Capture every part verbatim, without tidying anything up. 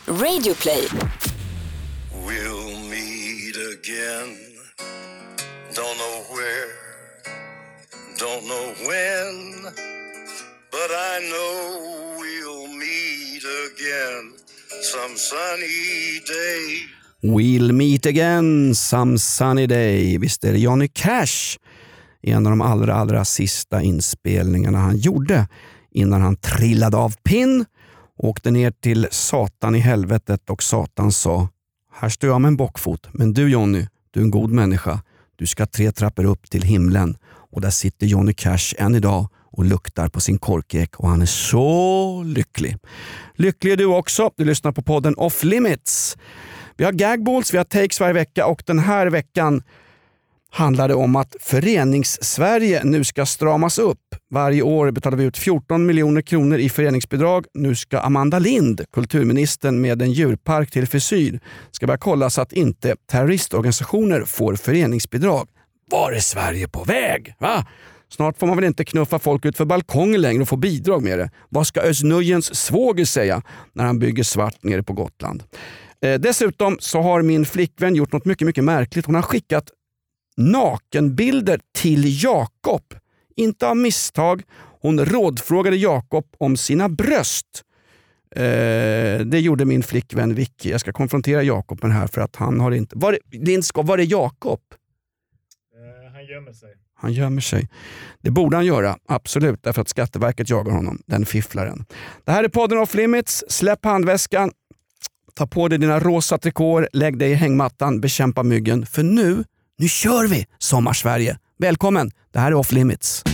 Radio Play. We'll meet again. Don't know where, don't know when, but I know we'll meet again some sunny day. We'll meet again some sunny day. Visst är det Johnny Cash, en av de allra, allra sista inspelningarna han gjorde innan han trillade av pinn, åkte ner till Satan i helvetet och Satan sa: här står jag med en bockfot, men du Johnny, du är en god människa. Du ska tre trappor upp till himlen. Och där sitter Johnny Cash än idag och luktar på sin korkek och han är så lycklig. Lycklig är du också. Du lyssnar på podden Off Limits. Vi har gagballs, vi har takes varje vecka och den här veckan handlar det om att Förenings-Sverige nu ska stramas upp. Varje år betalar vi ut fjorton miljoner kronor i föreningsbidrag. Nu ska Amanda Lind, kulturministern med en djurpark till frisyr, ska börja kolla så att inte terroristorganisationer får föreningsbidrag. Var är Sverige på väg? Va? Snart får man väl inte knuffa folk ut för balkongen längre och få bidrag med det. Vad ska Özz Nujens svåger säga när han bygger svart nere på Gotland? Eh, dessutom så har min flickvän gjort något mycket, mycket märkligt. Hon har skickat nakenbilder till Jakob. Inte av misstag. Hon rådfrågade Jakob om sina bröst. Eh, det gjorde min flickvän Vicky. Jag ska konfrontera Jakob med det här för att han har inte... Var, Lindskov, var är Jakob? Uh, han gömmer sig. Han gömmer sig. Det borde han göra, absolut, därför att Skatteverket jagar honom, den fifflaren. Det här är podden Off Limits. Släpp handväskan. Ta på dig dina rosa trikåer, lägg dig i hängmattan, bekämpa myggen. För nu, nu kör vi Sommarsverige. Välkommen, det här är Off Limits.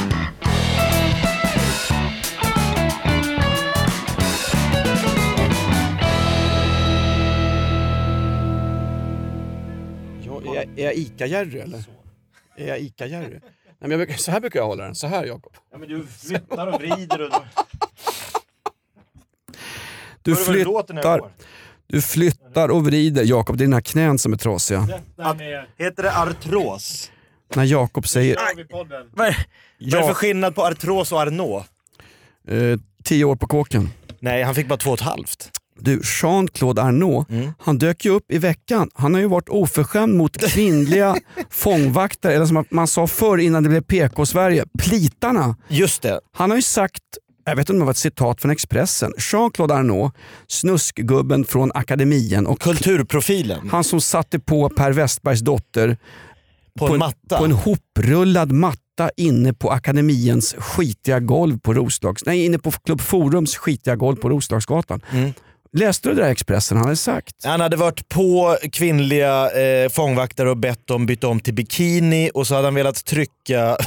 Ja, är, är jag Ica-Jerry eller? Är jag Ica-Jerry? Nej, men jag brukar, så här brukar jag hålla den, så här Jakob. Ja, men du flyttar och vrider och... Du flyttar, du flyttar och vrider. Jakob, det är dina knän som är trasiga. Att, heter det artros? När Jakob säger... Vad är, vad är det för skillnad på artros och arnå? Eh, tio år på kåken. Nej, han fick bara två och ett halvt. Du, Jean-Claude Arnault, mm. han dök ju upp i veckan. Han har ju varit oförskämd mot kvinnliga fångvaktare, eller som man sa förr innan det blev P K-Sverige, plitarna. Just det. Han har ju sagt, jag vet inte om det var ett citat från Expressen, Jean-Claude Arnault, snuskgubben från akademien och kulturprofilen. Han som satte på Per Westbergs dotter på, på en matta. På en hoprullad matta inne på akademiens skitiga golv på Roslags, nej, inne på Klubb Forums skitiga golv på Roslagsgatan. Mm. Läste du det där Expressen han hade sagt? Han hade varit på kvinnliga eh, fångvaktare och bett dem byta om till bikini, och så hade han velat trycka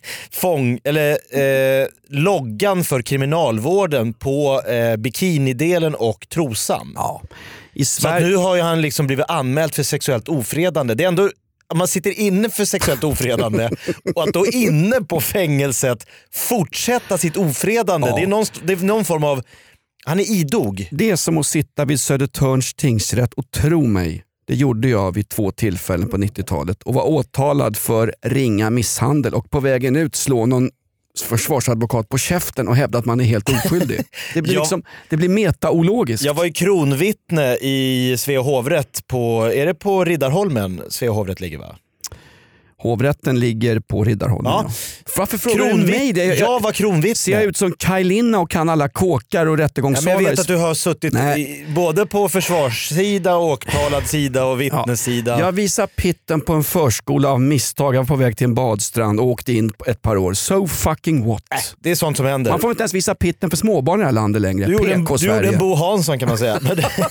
fång, eller, eh, loggan för kriminalvården på eh, bikinidelen och trosan. Ja. I Sverige... Så nu har ju han liksom blivit anmäld för sexuellt ofredande. Det är ändå, man sitter inne för sexuellt ofredande och att då inne på fängelset fortsätta sitt ofredande, ja. det, är någon, det är någon form av... Han är idog. Det är som att sitta vid Södertörns tingsrätt och tro mig, det gjorde jag vid två tillfällen på nittiotalet och var åtalad för ringa misshandel och på vägen ut slå någon försvarsadvokat på käften och hävda att man är helt oskyldig. Det blir, liksom, det blir meta-ologiskt. Jag var ju kronvittne i Svea hovrätt på, är det på Riddarholmen Svea hovrätt ligger, va? Hovrätten ligger på Riddarholmen. Ja. Varför frågar du mig det? Jag, jag var kronvittne. Ser jag ut som Kaj Linna och kan alla kåkar och rättegångssalar? Ja, jag vet att du har suttit i, både på försvarssida, åktalad sida och vittnessida. Ja. Jag visar pitten på en förskola av misstag. Jag var på väg till en badstrand och åkte in ett par år. So fucking what? Äh, det är sånt som händer. Man får inte ens visa pitten för småbarn i det här landet längre. Du gjorde, en, du gjorde en Bo Hansson kan man säga.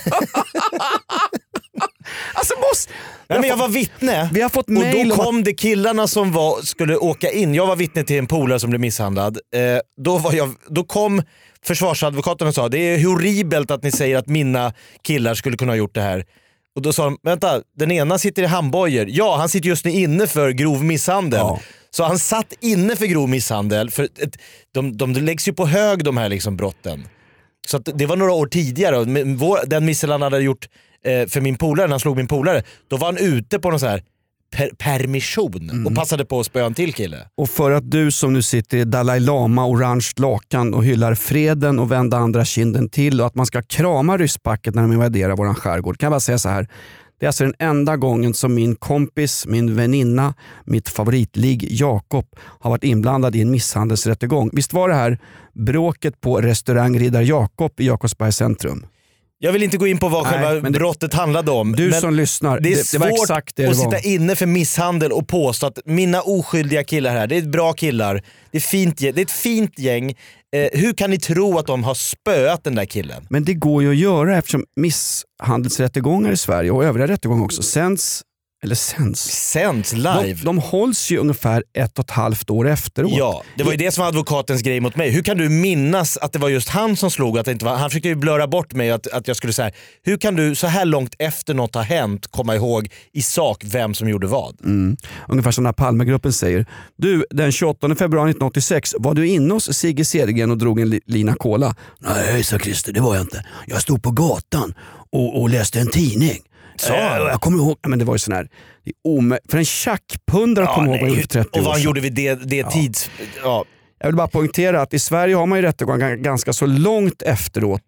Alltså boss, Nej, men jag var vittne vi har fått och då kom att... det killarna som var, skulle åka in. Jag var vittne till en polare som blev misshandlad. Eh, då, var jag, då kom försvarsadvokaten och sa det är horribelt att ni säger att mina killar skulle kunna ha gjort det här. Och då sa de, vänta, den ena sitter i handbojor. Ja, han sitter just nu inne för grov misshandel. Ja. Så han satt inne för grov misshandel. För ett, de, de läggs ju på hög de här liksom brotten. Så att det var några år tidigare. Vår, den misshandeln han hade gjort för min polare, när han slog min polare, då var han ute på någon så här per- permission Mm. och passade på att spöa en till kille. Och för att du som nu sitter i Dalai Lama orange lakan och hyllar freden och vända andra kinden till och att man ska krama rysspacket när de invaderar våran skärgård, kan jag bara säga så här. Det är alltså den enda gången som min kompis, min väninna, mitt favoritligg Jakob har varit inblandad i en misshandelsrättegång. Visst var det här bråket på restaurang Riddar Jakob i Jakobsbergs centrum? Jag vill inte gå in på vad Nej, själva men det- brottet handlade om. Du men som lyssnar, det är det, det var svårt exakt det det att var. sitta inne för misshandel och påstå att mina oskyldiga killar här, det är bra killar, det är, fint, det är ett fint gäng. Eh, hur kan ni tro att de har spöat den där killen? Men det går ju att göra eftersom misshandelsrättegångar i Sverige och övriga rättegångar också sänds, eller sänds. Sänds live. De, de hålls ju ungefär ett och ett halvt år efteråt. Ja, det var ju det som var advokatens grej mot mig. Hur kan du minnas att det var just han som slog? Att det inte var, han försökte ju blöra bort mig att, att jag skulle säga. Hur kan du så här långt efter något har hänt komma ihåg i sak vem som gjorde vad? Mm. Ungefär som när Palmegruppen säger. Du, den tjugoåttonde februari nittonhåttaåttiosex var du inne hos Sigge Cedergren och drog en li- lina cola? Nej, sa Christer, det var jag inte. Jag stod på gatan och, och läste en tidning. Så. Äh, jag kommer ihåg, men det var ju sån här, det är omö- för en tjackpundare ja, kommer ihåg vad jag gjorde för trettio och vad år han sedan. gjorde vid det, det Ja. tids... Ja. Jag vill bara poängtera att i Sverige har man ju rättegångar ganska så långt efteråt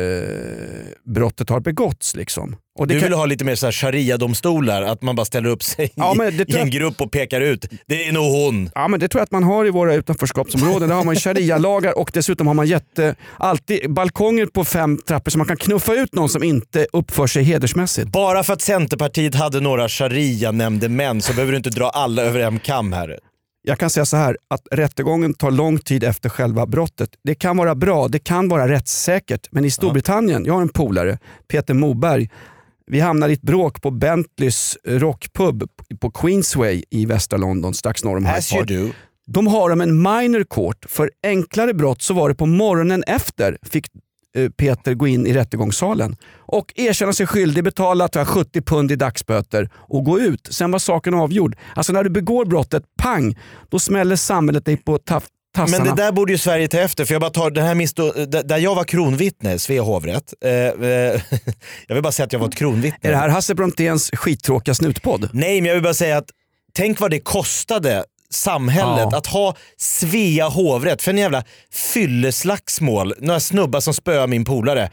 eh, brottet har begåtts. Liksom. Och det Du kan... vill ha lite mer så här sharia-domstolar, att man bara ställer upp sig Ja, men det i, i tror en jag- grupp och pekar ut. Det är nog hon. Ja, men det tror jag att man har i våra utanförskapsområden. Där har man ju sharia-lagar och dessutom har man jätte, alltid balkonger på fem trappor så man kan knuffa ut någon som inte uppför sig hedersmässigt. Bara för att Centerpartiet hade några sharia-nämndemän så behöver du inte dra alla över en kam här. Jag kan säga så här att rättegången tar lång tid efter själva brottet. Det kan vara bra, det kan vara rättssäkert. Men i Storbritannien, jag har en polare, Peter Moberg. Vi hamnar i ett bråk på Bentleys rockpub på Queensway i västra London strax norr om Hyde As you Park. do. De har de en minor court. För enklare brott så var det på morgonen efter fick eh, Peter gå in i rättegångssalen och erkänna sig skyldig, betala tror jag, sjuttio pund i dagsböter och gå ut. Sen var saken avgjord. Alltså när du begår brottet, pang, då smäller samhället dig på taff- tassarna. Men det där borde ju Sverige ta efter, för jag bara tar det här misstå- där där jag var kronvittne, Svea hovrätt. Eh, eh, jag vill bara säga att jag var ett kronvittne. Är det här Hasse Bronténs skittråkiga snutpodd? Nej, men jag vill bara säga att tänk vad det kostade samhället Ja. att ha Svea hovrätt för en jävla fylleslagsmål. Några snubbar som spöar min polare.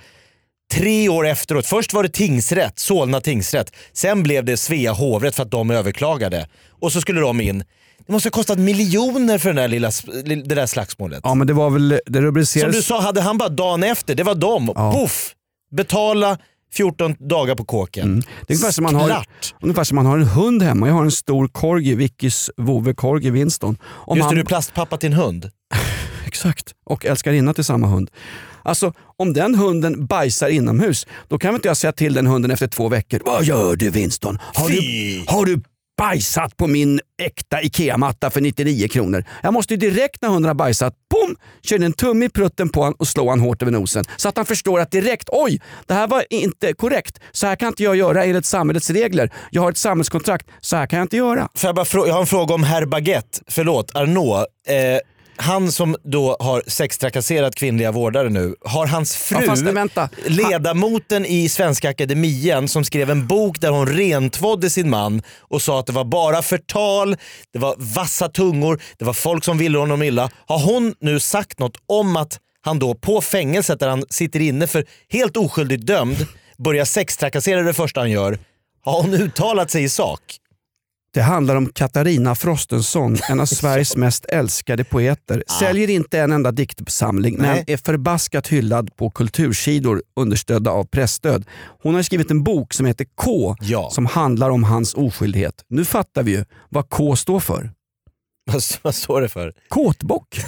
Tre år efteråt. Först var det tingsrätt, Solna tingsrätt. Sen blev det Svea hovrätt för att de överklagade. Och så skulle de in. Det måste ha kostat miljoner för den där lilla, det där slagsmålet. Ja, men det var väl, det Som rubricerades... du sa, hade han bara dagen efter, det var dem. Ja. Puff! Betala fjorton dagar på kåken. Mm. Det är ungefär som, man har, Sklart. ungefär som man har en hund hemma. Jag har en stor corgi, Vickys vovve corgi Winston. Om Just han... det, du är plastpappa till en hund. Exakt, och älskarinna till samma hund. Alltså om den hunden bajsar inomhus, då kan väl inte jag säga till den hunden efter två veckor. Vad gör du Winston? Har, Fy! du, har du bajsat på min äkta Ikea-matta för nittionio kronor? Jag måste ju direkt när hunden har bajsat, boom, köra en tumme i prutten på honom och slå han hårt över nosen. Så att han förstår att direkt, oj, det här var inte korrekt. Så här kan inte jag göra enligt samhällets regler. Jag har ett samhällskontrakt, så här kan jag inte göra. Får jag, bara frå- jag har en fråga om herr Baguette, förlåt, Arnaud. Eh, han som då har sextrakasserat kvinnliga vårdare nu, har hans fru, Ja, fast vänta. ledamoten i Svenska Akademien som skrev en bok där hon rentvådde sin man och sa att det var bara förtal, det var vassa tungor, det var folk som ville honom illa. Har hon nu sagt något om att han då på fängelset där han sitter inne för helt oskyldigt dömd börjar sextrakassera det första han gör? Har hon uttalat sig i sak? Det handlar om Katarina Frostenson, en av Sveriges mest älskade poeter. Säljer inte en enda diktsamling, men Nej. är förbaskat hyllad på kultursidor understödda av pressstöd. Hon har skrivit en bok som heter K, Ja. som handlar om hans oskyldighet. Nu fattar vi ju vad K står för. Vad, vad står det för? Kåtbock.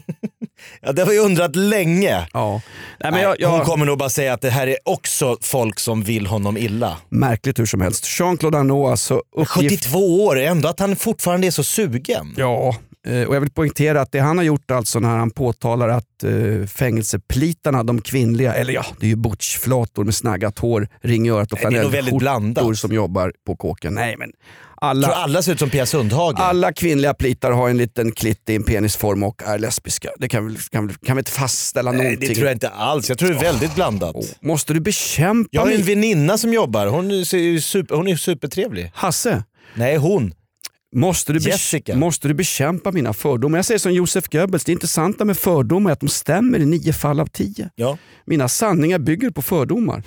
Ja, det har vi undrat länge. Ja. Nej, men Nej, jag, Hon jag, kommer nog bara säga att det här är också folk som vill honom illa. märkligt hur som helst. Jean-Claude Arnault, alltså uppgift... sjuttiotvå år, ändå att han fortfarande är så sugen. Ja, eh, och jag vill poängtera att det han har gjort alltså när han påtalar att eh, fängelseplitarna, de kvinnliga, eller ja, det är ju butchflator med snaggat hår, ring i örat och Nej, det är nog väldigt flanellskjortor blandat. som jobbar på kåken. Nej, men Jag tror alla, alla ser ut som Pia Sundhage. alla kvinnliga plitar har en liten klitt i en penisform och är lesbiska. Det kan vi, kan vi, kan vi inte fastställa Nej, någonting. det tror jag inte alls. Jag tror det är väldigt blandat. Oh, måste du bekämpa Jag har mig? en väninna som jobbar. Hon är, ju super, hon är supertrevlig. Hasse, Nej, hon. Måste du, Jessica. be- måste du bekämpa mina fördomar? Jag säger som Joseph Goebbels, det intressanta med fördomar är att de stämmer i nio fall av tio. Ja. Mina sanningar bygger på fördomar.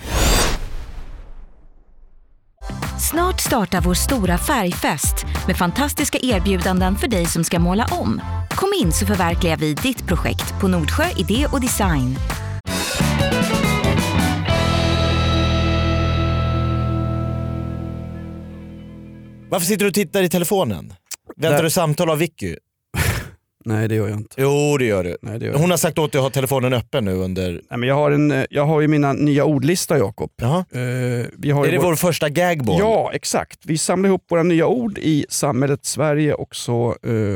Snart startar vår stora färgfest med fantastiska erbjudanden för dig som ska måla om. Kom in så förverkligar vi ditt projekt på Nordsjö Idé och Design. Varför sitter du och tittar i telefonen? Väntar Där. du samtal av Vicky? Nej, det gör jag inte. Jo, det gör du. Nej, det gör jag. Hon har sagt åt dig att ha telefonen öppen nu under... Nej, men jag, har en, jag har ju mina nya ordlista, Jakob. Jaha. Uh, vi har Är ju det vår... vår första gagball? Ja, exakt. Vi samlar ihop våra nya ord i samhället Sverige och så, uh,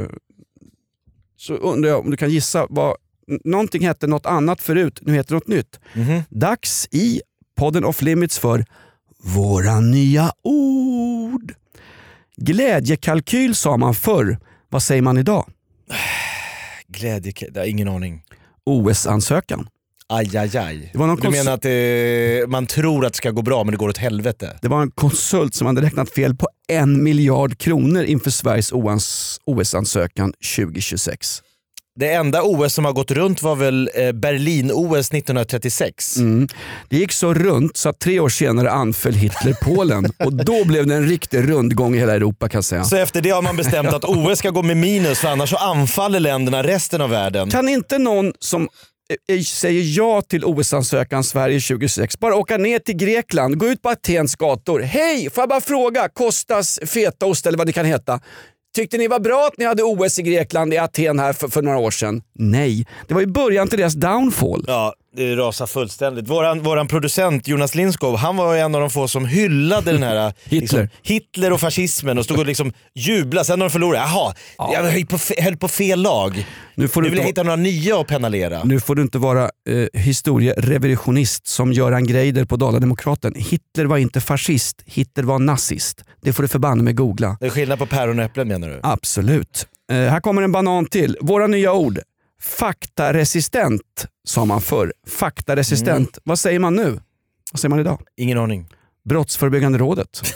så undrar jag om du kan gissa vad någonting hette något annat förut, nu heter det något nytt. Mm-hmm. Dags i podden Off Limits för våra nya ord. Glädjekalkyl sa man förr. Vad säger man idag? Glädje... Jag har ingen aning. O S-ansökan. Aj, aj, aj. Det var någon Du kons- menar att det, man tror att det ska gå bra men det går åt helvete? Det var en konsult som hade räknat fel på en miljard kronor inför Sveriges O S-ansökan tjugo tjugosex. Det enda O S som har gått runt var väl Berlin-O S nittonhundratrettiosex. Mm. Det gick så runt så att tre år senare anföll Hitler Polen och då blev det en riktig rundgång i hela Europa, kan jag säga. Så efter det har man bestämt att O S ska gå med minus för annars så anfaller länderna resten av världen. Kan inte någon som eh, säger ja till O S-ansökan Sverige tjugo tjugosex bara åka ner till Grekland, gå ut på Atens gator. Hej, får jag bara fråga, Kostas fetaost eller vad det kan heta. Tyckte ni var bra att ni hade O S i Grekland i Aten här för, för några år sedan? Nej, det var ju början till deras downfall. Ja, det rasar fullständigt. Våran, våran producent Jonas Lindskov, han var en av de få som hyllade den här Hitler. Liksom, Hitler och fascismen och stod och liksom jubla. Sen när de förlorade, jaha, Ja. jag höll på, fe- höll på fel lag. Nu får Nu du vill jag inte, hitta några nya att penalera. nu får du inte vara eh, historierevisionist som Göran Greider på Dala-Demokraten. Hitler var inte fascist, Hitler var nazist. Det får du förbanna med googla. Det är skillnad på päron och äpplen, menar du? Absolut. Eh, här kommer en banan till. Våra nya ord. Faktaresistent sa man förr. Faktaresistent. Mm. Vad säger man nu? Vad säger man idag? Ingen aning. Brottsförebyggande rådet.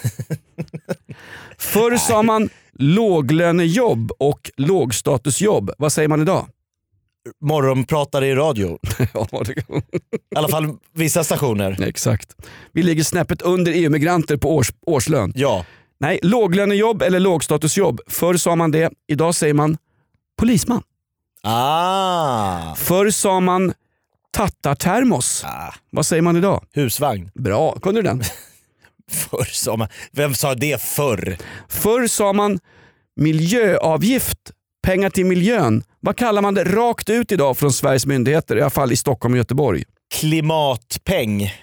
Förr sa man låglönejobb och lågstatusjobb. Vad säger man idag? Morgonpratare i radio. Ja, det- I alla fall vissa stationer. Exakt. Vi ligger snäppet under E U-migranter på års, årslön. Ja. Nej, låglönejobb eller lågstatusjobb. Förr sa man det, idag säger man polisman. Ah. Förr sa man tattartermos. ah. Vad säger man idag? Husvagn. Bra, kunde du den? Förr sa man. Vem sa det förr? Förr sa man miljöavgift, pengar till miljön. Vad kallar man det rakt ut idag från Sveriges myndigheter, i alla fall i Stockholm och Göteborg? Klimatpeng.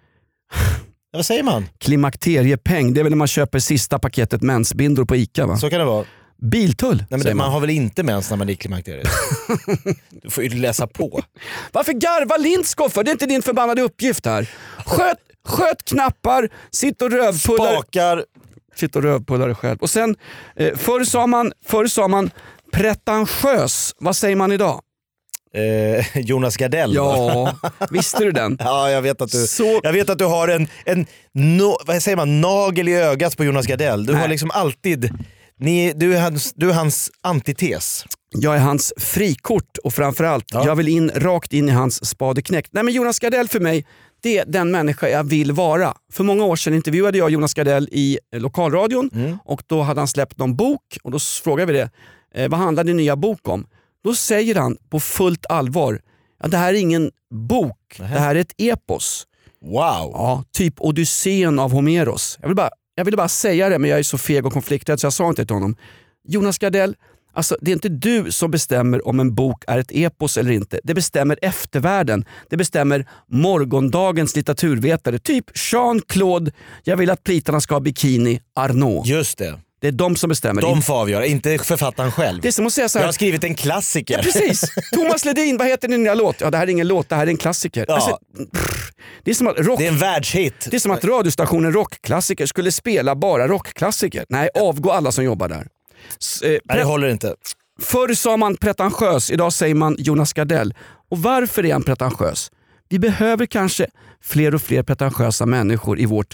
Vad säger man? Klimakteriepeng, det är väl när man köper sista paketet mensbindor på ICA, va? Så kan det vara. Biltull, Nej, men säger det, man man. har väl inte mens när man är i klimakteriet? Du får ju läsa på. Varför garvar Lindskov för? Det är inte din förbannade uppgift här. Sköt, sköt knappar, sitt och rövpullar. Spakar. Sitt och rövpullar dig själv. Och sen, eh, förr sa man, förr sa man pretentiös. Vad säger man idag? Eh, Jonas Gardell. va? Ja, visste du den? Ja, jag vet att du, Så- jag vet att du har en, en no, vad säger man, nagel i ögat på Jonas Gardell. Du Nej. har liksom alltid, ni, du, är hans, du är hans antites. Jag är hans frikort och framförallt, Ja. jag vill in rakt in i hans spadeknäck. Nej, men Jonas Gardell för mig, det är den människa jag vill vara. För många år sedan intervjuade jag Jonas Gardell i eh, lokalradion Mm. och då hade han släppt någon bok och då frågade vi det, eh, vad handlar din nya bok om? Då säger han på fullt allvar, ja, det här är ingen bok, Nähä. det här är ett epos. Wow. Ja, typ Odysseen av Homeros. Jag vill bara, jag ville bara säga det, men jag är så feg och konflikträdd så jag sa inte till honom. Jonas Gardell, alltså, det är inte du som bestämmer om en bok är ett epos eller inte. Det bestämmer eftervärlden. Det bestämmer morgondagens litteraturvetare. Typ Jean-Claude, jag vill att plitarna ska ha bikini, Arnaud. Just det. Det är de som bestämmer. De får avgöra, inte författaren själv. Det är som att säga så Jag här. har skrivit en klassiker. Ja, precis. Thomas Ledin, vad heter din nya låt? Ja, det här är ingen låt, det här är en klassiker. Ja. Alltså, pff, det är som att rock... Det är en världshit. Det är som att radiostationen Rockklassiker skulle spela bara rockklassiker. Nej, avgå alla som jobbar där. S- eh, Nej, det pre- håller inte. Förr sa man pretentiös, idag säger man Jonas Gardell. Och varför är han pretentiös? Vi behöver kanske fler och fler pretentiösa människor i vårt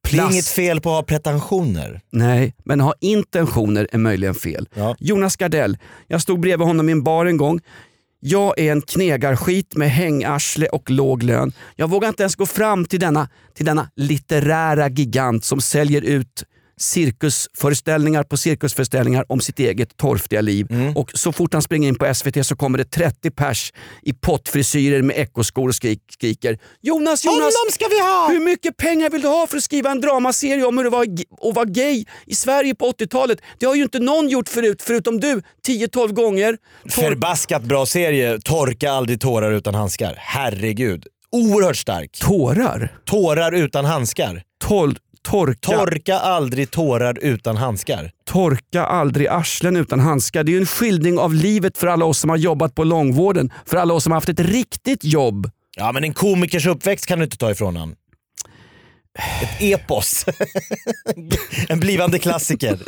plast. Det är inget fel på att ha pretensioner. Nej, men ha intentioner är möjligen fel. Ja. Jonas Gardell, jag stod bredvid honom i en bar en gång. Jag är en knegarskit med hängarsle och låg lön. Jag vågar inte ens gå fram till denna, till denna litterära gigant som säljer ut cirkusföreställningar på cirkusföreställningar om sitt eget torftiga liv. Mm. Och så fort han springer in på S V T så kommer det trettio pers i pottfrisyrer med ekoskor och skrik, skriker Jonas, Jonas, honom ska vi ha! Hur mycket pengar vill du ha för att skriva en dramaserie om hur det var att vara gay i Sverige på åttiotalet? Det har ju inte någon gjort förut, förutom du, tio tolv gånger. Tor- Förbaskat bra serie, Torka aldrig tårar utan handskar. Herregud, oerhört stark. Tårar? Tårar utan handskar. Tol- torka. Torka aldrig tårar utan handskar. Torka aldrig arslen utan handskar. Det är ju en skildring av livet för alla oss som har jobbat på långvården. För alla oss som har haft ett riktigt jobb. Ja, men en komikers uppväxt kan du inte ta ifrån han. Ett epos. En blivande klassiker.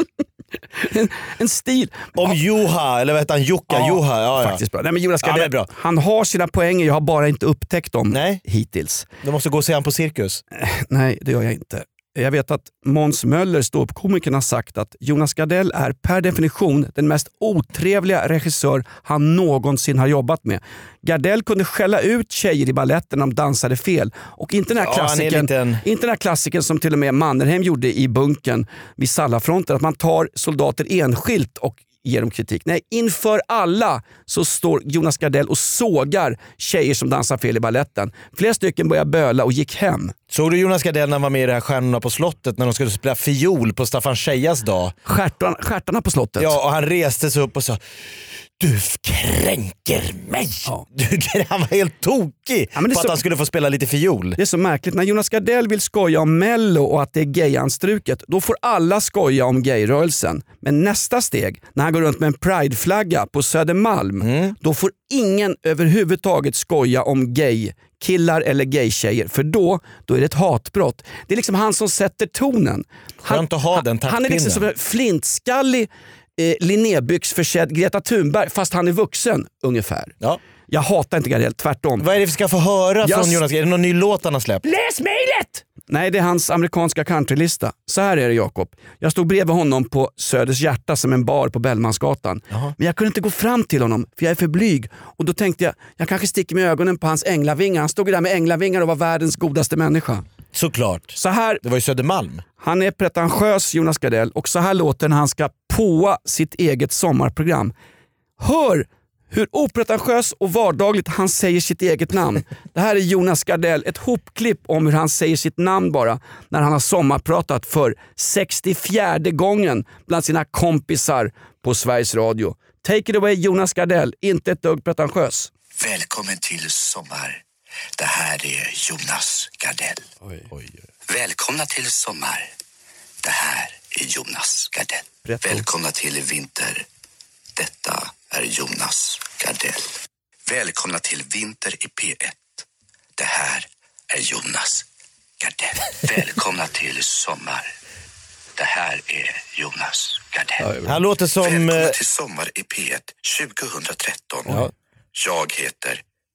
En, en stil. Om Juha, eller vad heter han? Jukka, Ja, Juha. Ja, faktiskt bra. Nej, men Jonas Gardell, ja, men bra. han har sina poänger, jag har bara inte upptäckt dem Nej. hittills. Du måste gå och se han på cirkus. Nej, det gör jag inte. Jag vet att Måns Möller, ståuppkomikern, har sagt att Jonas Gardell är per definition den mest otrevliga regissör han någonsin har jobbat med. Gardell kunde skälla ut tjejer i balletten när de dansade fel. Och inte den här Ja, klassiken, liten... inte den här klassiken som till och med Mannerheim gjorde i bunkern vid Sallafronten. Att man tar soldater enskilt och ger dem kritik. Nej, inför alla så står Jonas Gardell och sågar tjejer som dansar fel i balletten. Flera stycken började böla och gick hem. Såg du Jonas Gardell när han var med i det här Stjärnorna på slottet när de skulle spela fiol på Staffan Schejas dag? Stjärtan, stjärtarna på slottet. Ja, och han reste sig upp och sa du kränker mig. Ja. Du, han var helt tokig ja, för så, att han skulle få spela lite fiol. Det är så märkligt. När Jonas Gardell vill skoja om Mello och att det är gayanstruket, då får alla skoja om gayrörelsen. Men nästa steg, när han går runt med en prideflagga på Södermalm, mm. då får ingen överhuvudtaget skoja om gay killar eller gay-tjejer, för då, då är det ett hatbrott. Det är liksom han som sätter tonen. Han, Skönt att ha den taktpinnen. Han är liksom som en flintskallig eh, Linnébyxförsedd Greta Thunberg, fast han är vuxen ungefär. Ja. Jag hatar inte Gardell, tvärtom. Vad är det vi ska få höra Jag... från Jonas? Är det någon ny låt han har släppt? Läs mejlet! Nej, det är hans amerikanska countrylista. Så här är det, Jakob. Jag stod bredvid honom på Söders hjärta som en bar på Bellmansgatan. Jaha. Men jag kunde inte gå fram till honom för jag är för blyg. Och då tänkte jag, jag kanske sticker med ögonen på hans änglavingar. Han stod där med änglavingar och var världens godaste människa. Såklart. Så här, det var ju Södermalm. Han är pretentiös, Jonas Gardell. Och så här låter när han ska påa sitt eget sommarprogram. Hör hur opretentiös och vardagligt han säger sitt eget namn. Det här är Jonas Gardell, ett hopklipp om hur han säger sitt namn bara när han har sommarpratat för sextiofjärde gången bland sina kompisar på Sveriges Radio. Take it away, Jonas Gardell, inte ett dugg pretentiös. Välkommen till sommar. Det här är Jonas Gardell. Oj, oj. Välkomna till sommar. Det här är Jonas Gardell. Rätt. Välkomna till vinter. Detta är Jonas Gardell. Välkomna till vinter i P ett. Det här är Jonas Gardell. Välkomna till sommar. Det här är Jonas Gardell. Han låter som... Välkomna till sommar i P ett tjugohundratretton. Ja. Jag heter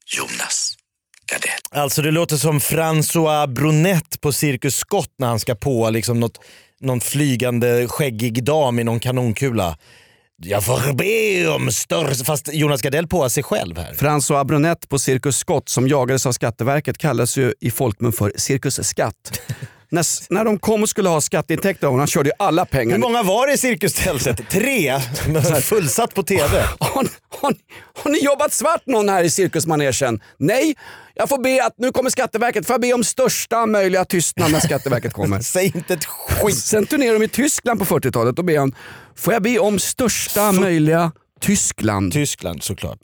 Jonas Gardell. Alltså det låter som François Brunet på Cirkus Scott när han ska på liksom något, någon flygande skäggig dam i någon kanonkula. Jag får be om större... Fast Jonas Gardell på sig själv här. François Brunet på Cirkus Scott som jagades av Skatteverket kallas ju i folkmun för Cirkus Skatt. när, när de kom och skulle ha skatteintäkter och han körde ju alla pengar. Hur många var det i cirkustältet? Tre? Fullsatt på tv. Har, har, har ni jobbat svart någon här i cirkusmanegen? Nej, jag får be att nu kommer Skatteverket. Får jag be om största möjliga tystnad när Skatteverket kommer. Säg inte ett skit. Sen turnerade de i Tyskland på fyrtiotalet och be om, får jag be om största Så... möjliga Tyskland. Tyskland, såklart.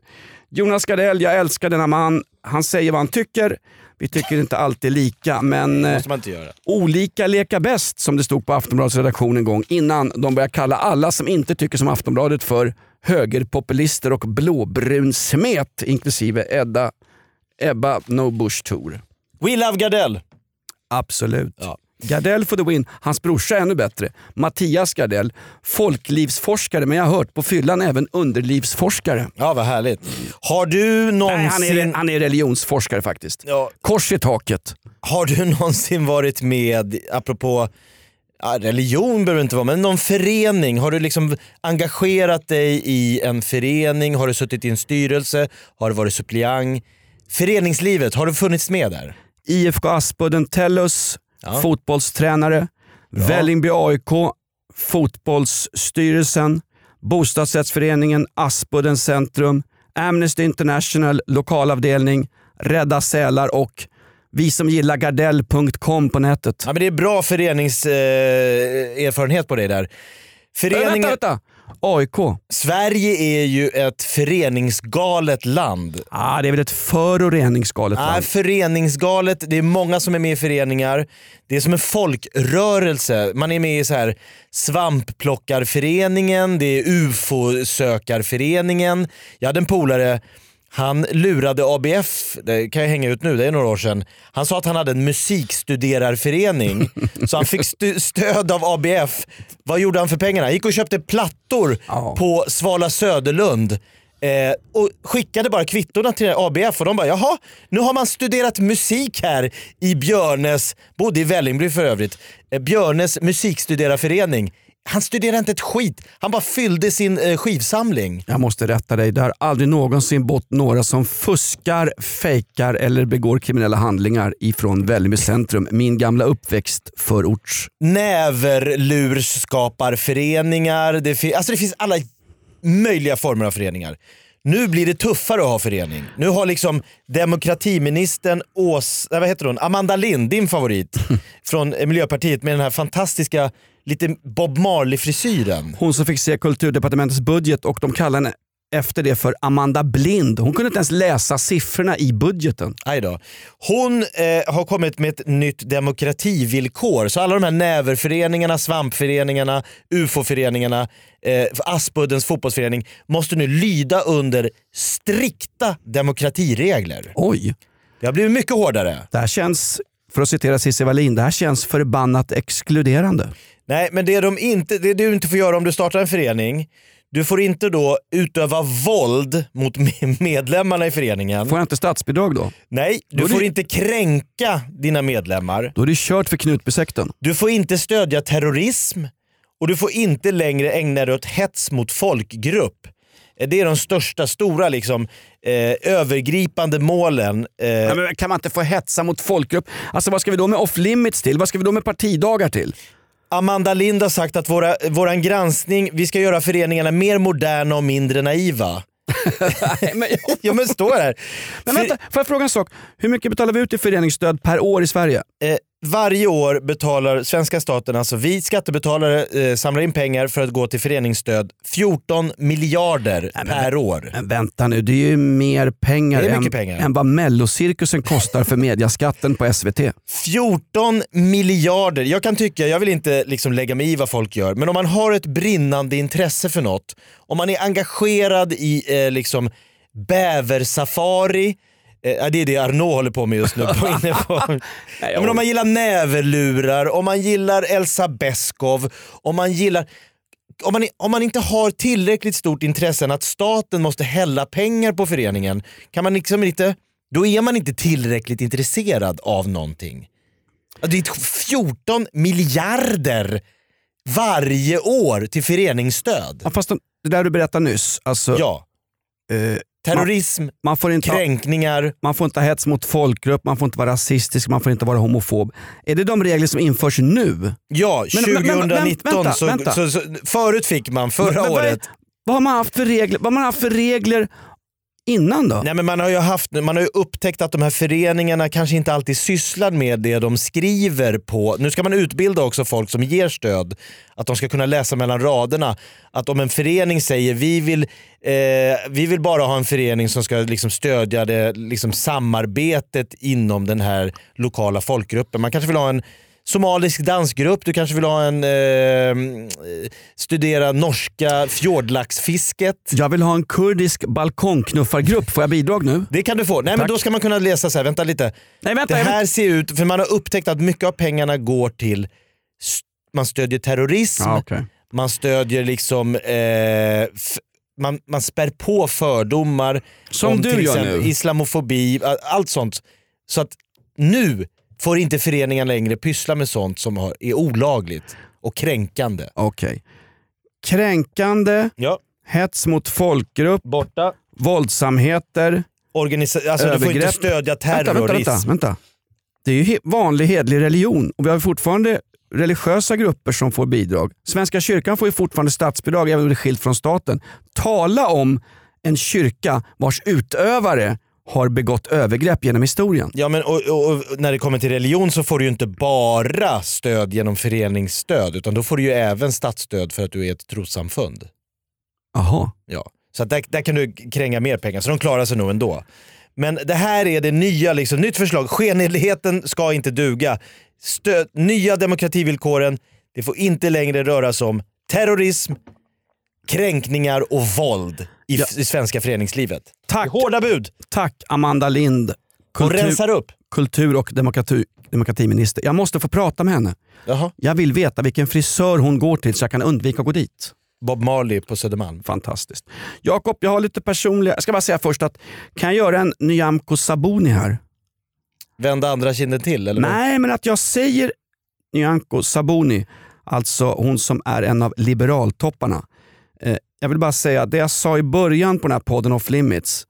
Jonas Gardell, jag älskar denna man. Han säger vad han tycker. Vi tycker inte alltid lika, men måste man inte göra. Olika leka bäst, som det stod på Aftonbladets redaktion en gång innan de började kalla alla som inte tycker som Aftonbladet för högerpopulister och blåbrun smet, inklusive Edda, Ebba No Bush Tour. We love Gardell. Absolut. Ja. Gardell for the win. Hans brorsa är ännu bättre. Mattias Gardell, folklivsforskare, men jag har hört på fyllan även underlivsforskare. Ja, vad härligt. Har du någonsin... Nej, han, är, han är religionsforskare faktiskt. Ja. Kors i taket. Har du någonsin varit med, apropå ja, religion behöver det inte vara, men någon förening? Har du liksom engagerat dig i en förening? Har du suttit i en styrelse? Har du varit suppleant? Föreningslivet, har du funnits med där? I F K Aspudden Tellus, ja. fotbollstränare. Bra. Vällingby A I K, fotbollsstyrelsen. Bostadsrättsföreningen Aspudden Centrum. Amnesty International, lokalavdelning. Rädda sälar och vi som gillar gardell punkt com på nätet. Ja, men det är bra föreningserfarenhet eh, på dig där. Föreningen... Vänta, vänta. A I K. Sverige är ju ett föreningsgalet land. Ja, ah, det är väl ett föroreningsgalet ah, land. Föreningsgalet, det är många som är med i föreningar. Det är som en folkrörelse. Man är med i så här svampplockarföreningen, det är U F O-sökarföreningen. Jag hade en polare, han lurade A B F, det kan jag hänga ut nu, det är några år sedan. Han sa att han hade en musikstuderarförening så han fick st- stöd av A B F. Vad gjorde han för pengarna? Han gick och köpte plattor oh. på Svala Söderlund eh, och skickade bara kvittorna till A B F och de bara, jaha, nu har man studerat musik här i Björnes, bodde i Vällingby för övrigt, eh, Björnes musikstuderarförening. Han studerade inte ett skit. Han bara fyllde sin eh, skivsamling. Jag måste rätta dig. Det har aldrig någonsin bott några som fuskar, fejkar eller begår kriminella handlingar ifrån Vällingby centrum. Min gamla uppväxt förorts. Näverlursskaparföreningar. Det, fi- alltså det finns alla möjliga former av föreningar. Nu blir det tuffare att ha förening. Nu har liksom demokratiministern Ås, vad heter hon? Amanda Lind, din favorit från Miljöpartiet med den här fantastiska lite Bob Marley-frisyren. Hon som fick se kulturdepartementets budget och de kallar henne efter det för Amanda Blind. Hon kunde inte ens läsa siffrorna i budgeten. Aj då. Hon eh, har kommit med ett nytt demokrativillkor. Så alla de här näverföreningarna, svampföreningarna, U F O-föreningarna, eh, Aspuddens fotbollsförening måste nu lyda under strikta demokratiregler. Oj. Det har blivit mycket hårdare. Det här känns, för att citera Cissi Wallin, det här känns förbannat exkluderande. Nej, men det, de inte, det du inte får göra om du startar en förening, du får inte då utöva våld mot medlemmarna i föreningen. Får jag inte statsbidrag då? Nej, du får det... inte kränka dina medlemmar. Då är det kört för Knutbysektorn. Du får inte stödja terrorism och du får inte längre ägna dig åt hets mot folkgrupp. Det är de största, stora liksom, eh, övergripande målen. Eh. Ja, men kan man inte få hetsa mot folkgrupp? Alltså vad ska vi då med off-limits till? Vad ska vi då med partidagar till? Amanda Lind har sagt att våra, våran granskning, vi ska göra föreningarna mer moderna och mindre naiva. men, ja men står här. Men vänta, får jag fråga en sak? Hur mycket betalar vi ut i föreningsstöd per år i Sverige? Eh, varje år betalar svenska staten, alltså vi skattebetalare eh, samlar in pengar för att gå till föreningsstöd. fjorton miljarder Nej, men, per år. Men vänta nu, det är ju mer pengar, det är mycket än, pengar än vad Mellocirkusen kostar för mediaskatten på S V T. fjorton miljarder. Jag kan tycka, jag vill inte liksom lägga mig i vad folk gör, men om man har ett brinnande intresse för något, om man är engagerad i eh, liksom bäversafari, eh, det är det Arnaud håller på med just nu. På inne på. Ja, men om man gillar näverlurar, om man gillar Elsa Beskow, om man gillar... Om man, om man inte har tillräckligt stort intresse att staten måste hälla pengar på föreningen, kan man liksom inte, då är man inte tillräckligt intresserad av någonting. Det är fjorton miljarder varje år till föreningsstöd. Ja, fast det där du berättade nyss, alltså, ja. eh, terrorism, man, man får inte kränkningar. Ha, man får inte ha hets mot folkgrupp, man får inte vara rasistisk, man får inte vara homofob. Är det de regler som införs nu? Ja, tjugonitton. Vänta, så, vänta. Så, så, förut fick man, förra men, men, året. Vad, vad har man haft för regler? Vad har man haft för regler innan då? Nej, men man har ju haft, man har ju upptäckt att de här föreningarna kanske inte alltid sysslar med det de skriver på. Nu ska man utbilda också folk som ger stöd, att de ska kunna läsa mellan raderna. Att om en förening säger vi vill, eh, vi vill bara ha en förening som ska liksom stödja det liksom samarbetet inom den här lokala folkgruppen. Man kanske vill ha en somalisk dansgrupp, du kanske vill ha en eh, studera norska fjordlaxfisket. Jag vill ha en kurdisk balkongknuffargrupp. Får jag bidrag nu? Det kan du få. Nej, men då ska man kunna läsa så här, vänta lite. Nej, vänta, det här vänta. ser ut, för man har upptäckt att mycket av pengarna går till, man stödjer terrorism, Ja, okay. man stödjer liksom eh, f- man, man spär på fördomar som om du till gör exempel nu. islamofobi, allt sånt. Så att nu får inte föreningar längre pyssla med sånt som har, är olagligt och kränkande. Okej. Okay. Kränkande, Ja. hets mot folkgrupp, Borta. våldsamheter, Organisa- alltså du får inte stödja terrorism. Vänta, vänta, vänta, vänta. Det är ju he- vanlig hedlig religion och vi har fortfarande religiösa grupper som får bidrag. Svenska kyrkan får ju fortfarande statsbidrag även om det är skilt från staten. Tala om en kyrka vars utövare har begått övergrepp genom historien. Ja, men och, och, och när det kommer till religion så får du ju inte bara stöd genom föreningsstöd, utan då får du ju även statsstöd för att du är ett trossamfund. Aha. Ja. Så att där, där kan du kränga mer pengar, så de klarar sig nog ändå. Men det här är det nya, liksom, nytt förslag. Skenheligheten ska inte duga. Stöd, nya demokrativillkoren, det får inte längre röra sig om terrorism, kränkningar och våld i, Ja. i svenska föreningslivet. Tack. Hårda bud. Tack Amanda Lind, Och rensar upp. kultur- och demokrati, demokratiminister. Jag måste få prata med henne. Jaha. Jag vill veta vilken frisör hon går till så jag kan undvika att gå dit. Bob Marley på Södermalm. Fantastiskt. Jakob, jag har lite personliga... Jag ska bara säga först att kan jag göra en Nyamko Sabuni här? Vända andra kinden till? Eller Nej, men att jag säger Nyamko Sabuni, alltså hon som är en av liberaltopparna. Eh, jag vill bara säga, det jag sa i början på den här podden Off Limits,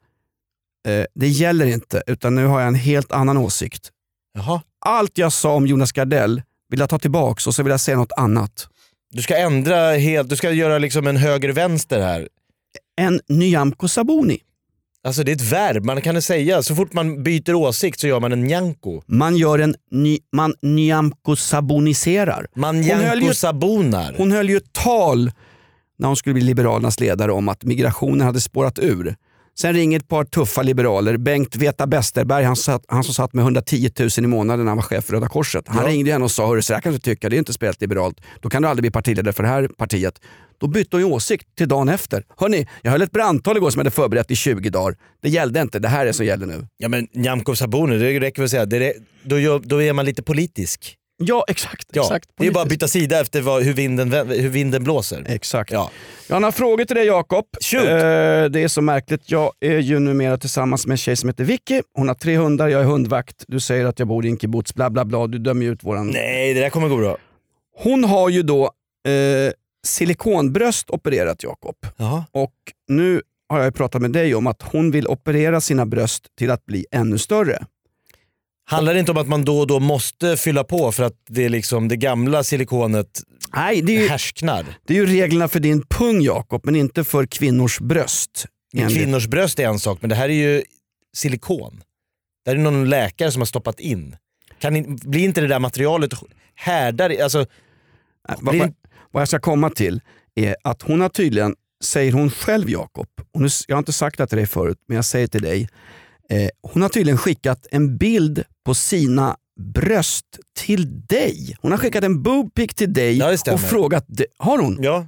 eh, det gäller inte, utan nu har jag en helt annan åsikt. Jaha. Allt jag sa om Jonas Gardell vill jag ta tillbaks och så vill jag säga något annat. Du ska ändra helt, du ska göra liksom en höger-vänster här. En Nyamko Sabuni. Alltså det är ett verb, man kan det säga. Så fort man byter åsikt så gör man en nyanko. Man gör en ny, man Nyamko Saboniserar. Man Hon höll ju- nyanko sabonar. Hon höll ju ett tal när hon skulle bli Liberalernas ledare om att migrationen hade spårat ur. Sen ringer ett par tuffa liberaler. Bengt Veta Besterberg, han, satt, han som satt med hundratio tusen i månaden när han var chef för Röda Korset. Han Ja. ringde henne och sa, hörru, så här kan du tycka, det är inte speciellt liberalt. Då kan du aldrig bli partiledare för det här partiet. Då bytte hon ju åsikt till dagen efter. Hörrni, jag höll ett brandtal igår som jag hade förberett i tjugo dagar. Det gällde inte, det här är som gäller nu. Ja, men nyanko saboner, det räcker väl att säga. Det är, då, gör, då är man lite politisk. Ja, exakt. Ja, exakt det är bara att byta sida efter vad, hur, vinden, hur vinden blåser. Exakt. Ja. Jag har några frågor till dig, Jakob. Shoot. Eh, det är så märkligt. Jag är ju numera tillsammans med en tjej som heter Vicky. Hon har tre hundar, jag är hundvakt. Du säger att jag bor i en kibbutz, bla bla bla. Du dömer ju ut våran... Nej, det där kommer gå bra. Hon har ju då eh, silikonbröst opererat, Jakob. Jaha. Och nu har jag pratat med dig om att hon vill operera sina bröst till att bli ännu större. Handlar det inte om att man då och då måste fylla på för att det, är liksom, det gamla silikonet Nej, det är ju, härsknar? det är ju reglerna för din pung, Jakob, men inte för kvinnors bröst. enligt- Kvinnors bröst är en sak, men det här är ju silikon. Det här är någon läkare som har stoppat in. Kan in, blir inte det där materialet härdar? Alltså, Nej, vad, blir, vad- vad jag ska komma till är att hon har tydligen, säger hon själv, Jakob, och nu, jag har inte sagt det till dig förut, men jag säger till dig, eh, hon har tydligen skickat en bild på sina bröst till dig. Hon har skickat en boobpic till dig Ja, det stämmer. och frågat, dig- har hon? ja.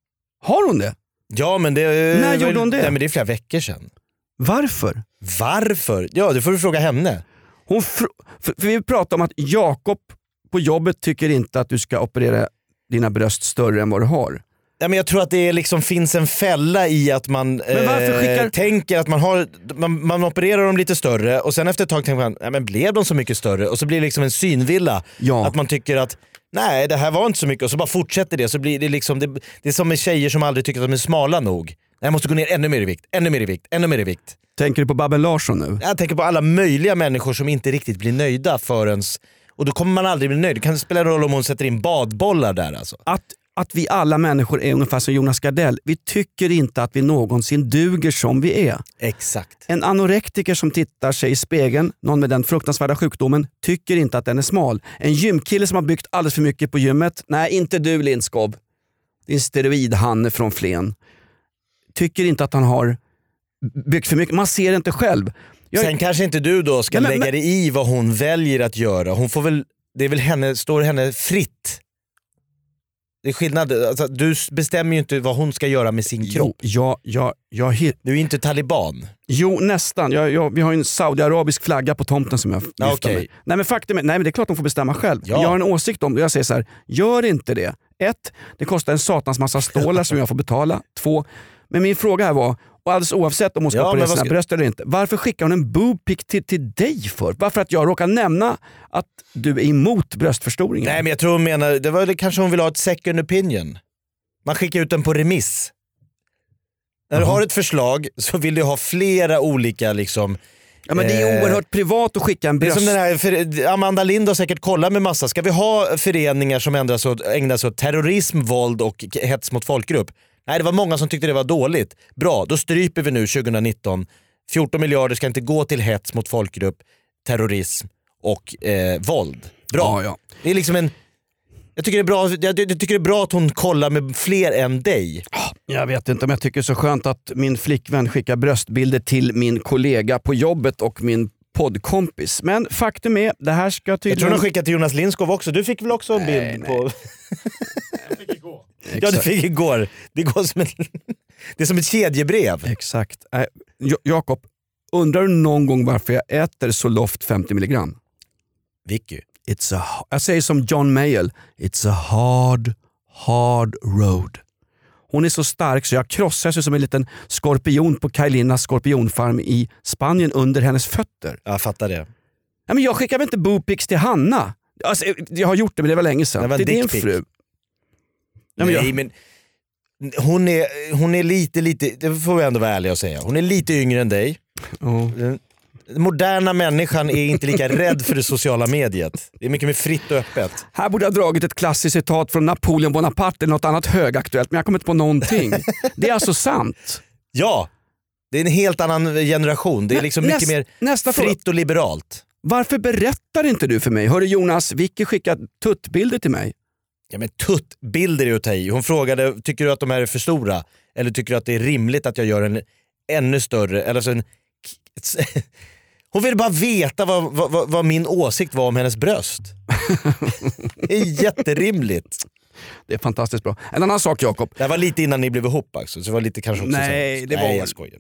Har hon det? ja, men det, När gjorde hon det? Nej, men det är flera veckor sedan. Varför? Varför? Ja, det får du fråga henne. Hon fr- för, för vi pratar om att Jakob på jobbet tycker inte att du ska operera dina bröst större än vad du har. Ja, men jag tror att det liksom finns en fälla i att man Men varför skickar- tänker att man, har, man, man opererar dem lite större och sen efter ett tag tänker man, ja, men blev de så mycket större? Och så blir det liksom en synvilla. Ja. Att man tycker att nej, det här var inte så mycket och så bara fortsätter det. Så blir det liksom, det, det är som med tjejer som aldrig tycker att de är smala nog. Jag måste gå ner ännu mer i vikt, ännu mer i vikt, ännu mer i vikt. Tänker du på Babben Larsson nu? Jag tänker på alla möjliga människor som inte riktigt blir nöjda förrän... Och då kommer man aldrig bli nöjd. Det kan spela roll om hon sätter in badbollar där alltså. Att, att vi alla människor är ungefär som Jonas Gardell. Vi tycker inte att vi någonsin duger som vi är. Exakt. En anorektiker som tittar sig i spegeln, någon med den fruktansvärda sjukdomen, tycker inte att den är smal. En gymkille som har byggt alldeles för mycket på gymmet, nej inte du Lindskov, din steroidhanne från Flen, tycker inte att han har byggt för mycket. Man ser inte själv. Jag, Sen kanske inte du då ska Nej, men- lägga dig i vad hon väljer att göra. Hon får väl det är väl henne, står henne fritt. Det är skillnad, alltså, du bestämmer ju inte vad hon ska göra med sin kropp. Jo, jag, jag, jag hit... Du är inte taliban. Jo, nästan. Jag, jag, vi har ju en saudiarabisk flagga på tomten som jag viftar okay. med. Nej, men faktum är, nej, men det är klart hon får bestämma själv. Ja. Jag har en åsikt om det. Jag säger så här, gör inte det. Ett, det kostar en satans massa stålar som jag får betala. Två, men min fråga här var, och alldeles oavsett om hon ska ja, operera sina ska... bröst eller inte, varför skickar hon en boobpic till, till dig för? Varför att jag råkar nämna att du är emot bröstförstoringen? Nej, men jag tror hon menar, det var det kanske hon vill ha ett second opinion. Man skickar ut den på remiss. När du Aha. har ett förslag så vill du ha flera olika liksom... Ja, men det är oerhört privat att skicka en bröst... Det är som den här, Amanda Lind har säkert kollat med massa. Ska vi ha föreningar som ändras åt, ägnar sig åt terrorism, våld och hets mot folkgrupp? Nej, det var många som tyckte det var dåligt. Bra, då stryper vi nu tjugonitton. fjorton miljarder ska inte gå till hets mot folkgrupp, terrorism och eh, våld. Bra. Ja, ja. Det är liksom en... Jag tycker, det är bra, jag, jag tycker det är bra att hon kollar med fler än dig. Jag vet inte om jag tycker det är så skönt att min flickvän skickar bröstbilder till min kollega på jobbet och min poddkompis. Men faktum är, det här ska tydligen... Jag tror hon har skickat till Jonas Lindskov också. Du fick väl också en bild nej, på... Jag fick igår. Ja, du fick igår. Det, går som en... det är som ett kedjebrev. Exakt. Äh, Jakob, undrar du någon gång varför jag äter Zoloft femtio milligram? Vicky. It's a, jag säger som John Mayall, it's a hard, hard road. Hon är så stark så jag krossar sig som en liten skorpion på Kajlinas skorpionfarm i Spanien under hennes fötter. Jag fattar det. Ja, men jag skickar väl inte boobpics till Hanna? Alltså, jag har gjort det, men det var länge sedan. Det, var det är din fru. Ja, men Nej, jag... men hon är, hon är lite, lite, det får vi ändå vara ärliga och säga. Hon är lite yngre än dig. Oh. Den moderna människan är inte lika rädd för det sociala mediet. Det är mycket mer fritt och öppet. Här borde jag ha dragit ett klassiskt citat från Napoleon Bonaparte eller något annat högaktuellt, men jag kommer inte på någonting. Det är alltså sant. Ja, det är en helt annan generation. Det är liksom mycket Näst, mer nästa fritt fråga. och liberalt. Varför berättar inte du för mig? Hörru Jonas, Vicky skickade tuttbilder till mig. Ja, men tuttbilder är ju att ta i. Hon frågade, tycker du att de här är för stora? Eller tycker du att det är rimligt att jag gör en ännu större? Eller så en... Hon vill bara veta vad, vad, vad min åsikt var om hennes bröst. Det är jätterimligt. Det är fantastiskt bra. En annan sak, Jakob. Det var lite innan ni blev ihop också, så det var lite kanske också Nej, så. det var... Nej, jag skojar.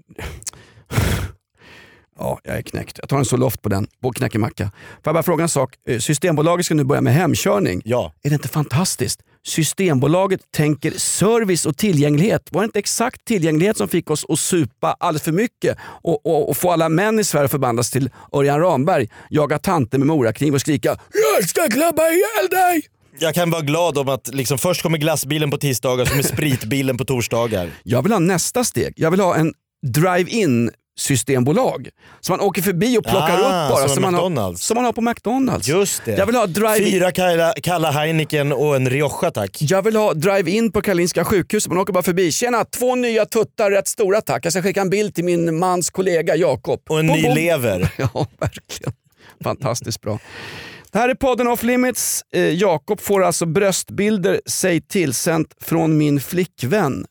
Ja, jag är knäckt. Jag tar en Zoloft på den, på knäckemacka. Får jag bara fråga en sak? Systembolaget ska nu börja med hemkörning. Ja. Är det inte fantastiskt? Systembolaget tänker service och tillgänglighet. Var det inte exakt tillgänglighet som fick oss att supa alldeles för mycket och, och, och få alla män i Sverige förbandas till Örjan Ramberg, jaga tanter med morakniv och skrika "Jag ska klabba ihjäl dig!" Jag kan vara glad om att liksom först kommer glassbilen på tisdagar, som är spritbilen på torsdagar. Jag vill ha nästa steg. Jag vill ha en drive-in systembolag som man åker förbi och plockar ah, upp bara som, som man, har, som man har på McDonalds. Just det. Jag vill ha drive-in. Fyra kalla, kalla Heineken och en Rioja, tack. Jag vill ha drive-in på Karolinska sjukhus. Man åker bara förbi. Tjena, två nya tuttar, rätt stora tack. Jag ska skicka en bild till min mans kollega Jakob. Och en bom, ny bom. lever. Ja, verkligen. Fantastiskt bra. Det här är podden Off Limits. Eh, Jakob får alltså bröstbilder sig tillsänt från min flickvän.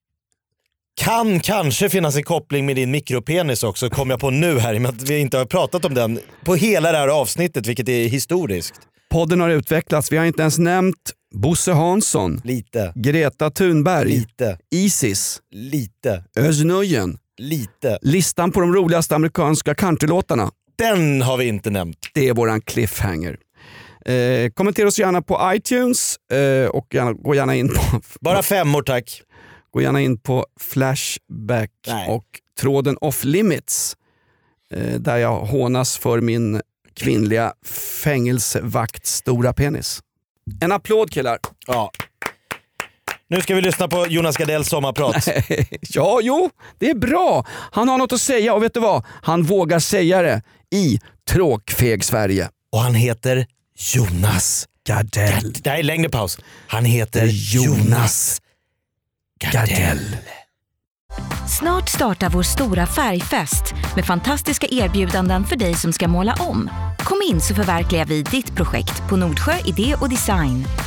Kan kanske finnas en koppling med din mikropenis också, kom jag på nu här, i och med att vi inte har pratat om den på hela det här avsnittet, vilket är historiskt. Podden har utvecklats. Vi har inte ens nämnt Bosse Hansson, Lite. Greta Thunberg, Lite. Isis, Lite. Özz Nujen. Lite. Listan på de roligaste amerikanska countrylåtarna. Den har vi inte nämnt. Det är våran cliffhanger. Eh, kommentera oss gärna på iTunes eh, och gärna, gå gärna in på... Bara femmor tack. Gå gärna in på Flashback Nej. och tråden Off Limits eh, där jag hånas för min kvinnliga fängelsevakt stora penis. En applåd killar. Ja. Nu ska vi lyssna på Jonas Gardells sommarprat. Ja, jo, det är bra. Han har något att säga och vet du vad? Han vågar säga det i tråkfeg Sverige. Och han heter Jonas Gardell. Det här är längre paus. Han heter Jonas Gardell. Snart startar vår stora färgfest med fantastiska erbjudanden för dig som ska måla om. Kom in så förverkligar vi ditt projekt på Nordsjö Idé och Design.